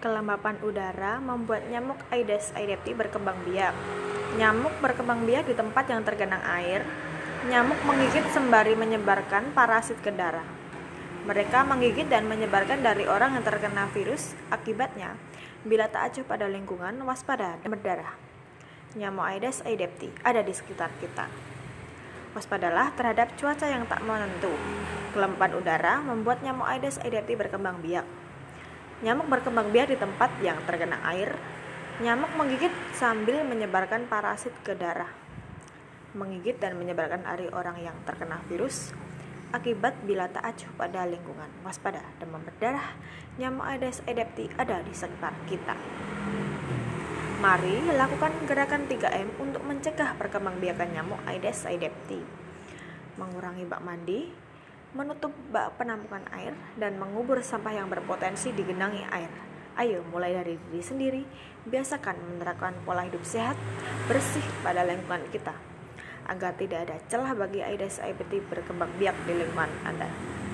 Kelembapan udara membuat nyamuk Aedes aegypti berkembang biak. Nyamuk berkembang biak di tempat yang tergenang air. Nyamuk menggigit sembari menyebarkan parasit ke darah. Mereka menggigit dan menyebarkan dari orang yang terkena virus. Akibatnya, bila tak acuh pada lingkungan, waspada dan berdarah. Nyamuk Aedes aegypti ada di sekitar kita. Waspadalah terhadap cuaca yang tak menentu. Kelembapan udara membuat nyamuk Aedes aegypti berkembang biak. Nyamuk berkembang biak di tempat yang tergenang air. Nyamuk menggigit sambil menyebarkan parasit ke darah. Menggigit dan menyebarkan dari orang yang terkena virus. Akibat bila tak acuh pada lingkungan, waspada demam berdarah. Nyamuk Aedes aegypti ada di sekitar kita. Mari lakukan gerakan 3M untuk mencegah perkembangbiakan nyamuk Aedes aegypti. Mengurangi bak mandi, menutup bak penampungan air, dan mengubur sampah yang berpotensi digenangi air. Ayo mulai dari diri sendiri, biasakan menerapkan pola hidup sehat, bersih pada lingkungan kita, agar tidak ada celah bagi Aedes aegypti berkembang biak di lingkungan Anda.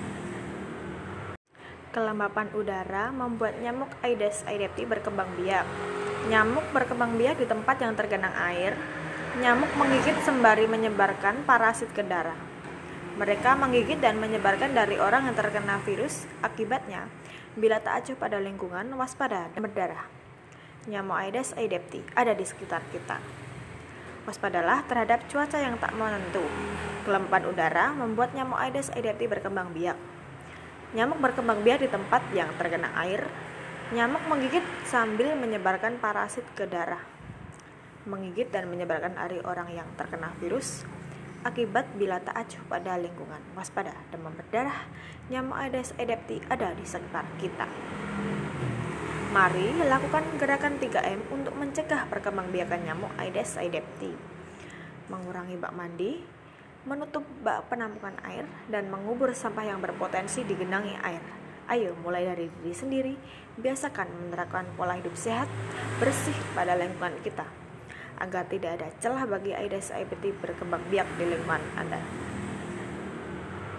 Kelembapan udara membuat nyamuk Aedes aegypti berkembang biak. Nyamuk berkembang biak di tempat yang tergenang air. Nyamuk menggigit sembari menyebarkan parasit ke darah. Mereka menggigit dan menyebarkan dari orang yang terkena virus. Akibatnya, bila tak acuh pada lingkungan, waspada dan berdarah. Nyamuk Aedes aegypti ada di sekitar kita. Waspadalah terhadap cuaca yang tak menentu. Kelembapan udara membuat nyamuk Aedes aegypti berkembang biak. Nyamuk berkembang biak di tempat yang tergenang air. Nyamuk menggigit sambil menyebarkan parasit ke darah. Menggigit dan menyebarkan dari orang yang terkena virus. Akibat bila tak acuh pada lingkungan, waspada demam berdarah. Nyamuk Aedes aegypti ada di sekitar kita. Mari lakukan gerakan 3M untuk mencegah perkembangbiakan nyamuk Aedes aegypti. Mengurangi bak mandi, menutup bak penampungan air, dan mengubur sampah yang berpotensi digenangi air. Ayo mulai dari diri sendiri, biasakan menerapkan pola hidup sehat, bersih pada lingkungan kita, agar tidak ada celah bagi Aedes aegypti berkembang biak di lingkungan Anda.